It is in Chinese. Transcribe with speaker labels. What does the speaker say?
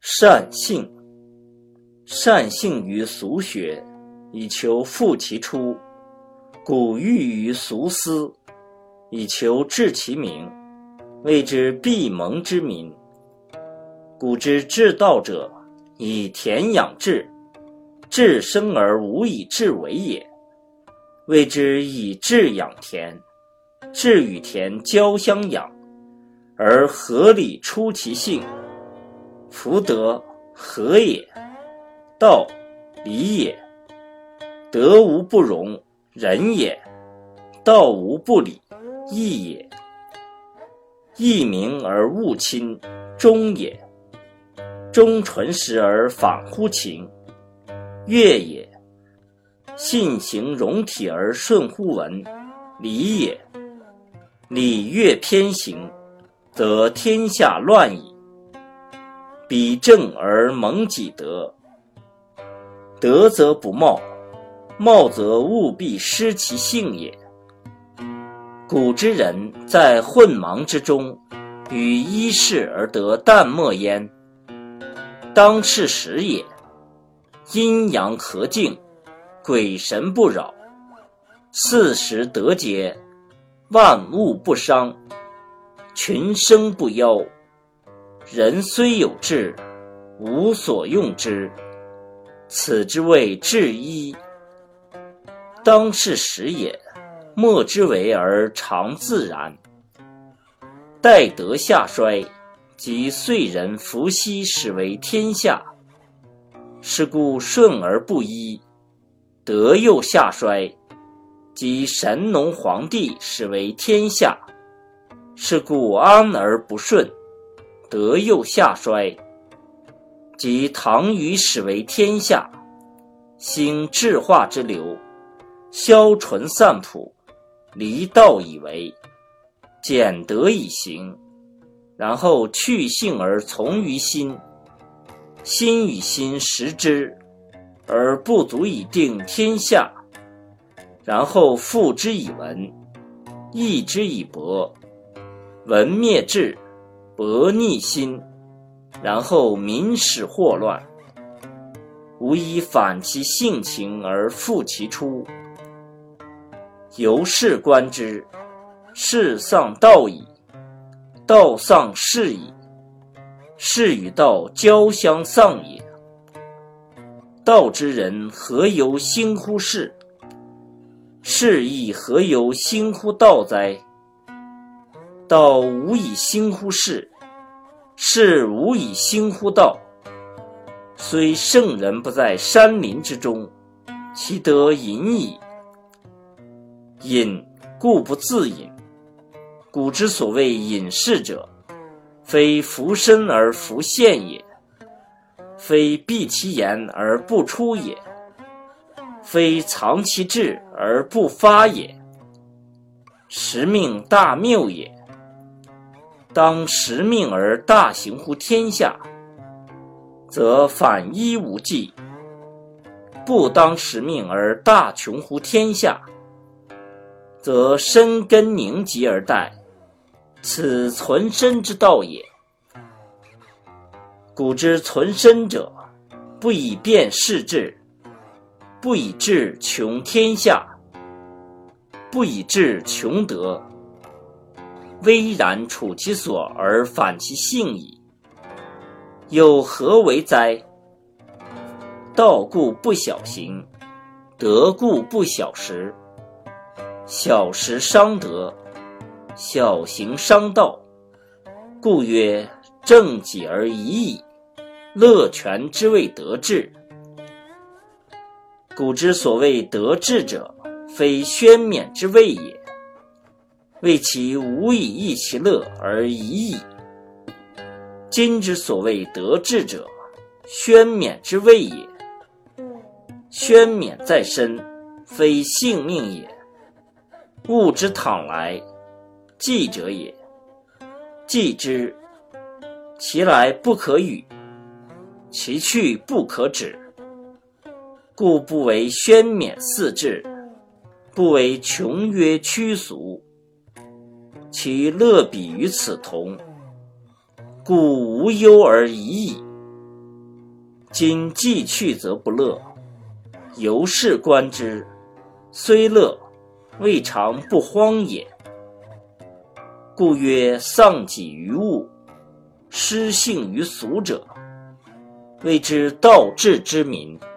Speaker 1: 善性，善性于俗学，以求复其出；古欲于俗思，以求治其名，谓之闭蒙之民。古之治道者，以田养志，志生而无以治为也，谓之以志养田。志与田交相养，而合理出其性。福德和也，道理也。德无不容，仁也；道无不理，义也。义明而务亲，忠也；忠纯实而反乎情，悦也；信行容体而顺乎文，礼也。礼乐偏行，则天下乱矣。比正而蒙己德，德则不茂，茂则务必失其性也。古之人在混忙之中，与一事而得淡漠焉，当是时也。阴阳和静，鬼神不扰，四时得节，万物不伤，群生不夭。人虽有志，无所用之，此之谓治一。当是时也，莫之为而常自然。待德下衰，即岁人伏羲始为天下。是故顺而不依，德又下衰，即神农皇帝始为天下。是故安而不顺，德又下衰，即唐虞始为天下。兴智化之流，消纯散朴，离道以为，简德以行，然后去性而从于心。心与心识之，而不足以定天下，然后复之以文，义之以博。文灭志，博逆心，然后民始祸乱。吾以反其性情而复其出。由是观之，事丧道矣，道丧事矣，事与道交相丧也。道之人何由兴乎事？事亦何由兴乎道哉？道无以兴乎事，事无以兴乎道。虽圣人不在山林之中，其得隐矣。隐故不自隐。古之所谓隐士者，非弗身而弗现也，非闭其言而不出也，非藏其志而不发也。时命大谬也。当时命而大行乎天下，则反一无忌；不当时命而大穷乎天下，则深根凝集而殆。此存身之道也。古之存身者，不以辨世志，不以智穷天下，不以智穷德，巍然处其所而反其性矣。有何为哉？道故不小行，德故不小时。小时伤德，小行伤道。故曰正己而已矣，乐全之谓得志。古之所谓得志者，非宣冕之谓也，谓其无以益其乐而已矣。今之所谓得志者，宣冕之谓也。宣冕在身，非性命也。物之倘来，继者也。继之，其来不可与，其去不可止。故不为宣冕四志，不为穷曰屈俗。其乐比于此同，故无忧而已矣。 今既去则不乐，由是观之，虽乐，未尝不荒也。故曰丧己于物，失性于俗者，谓之道治之民。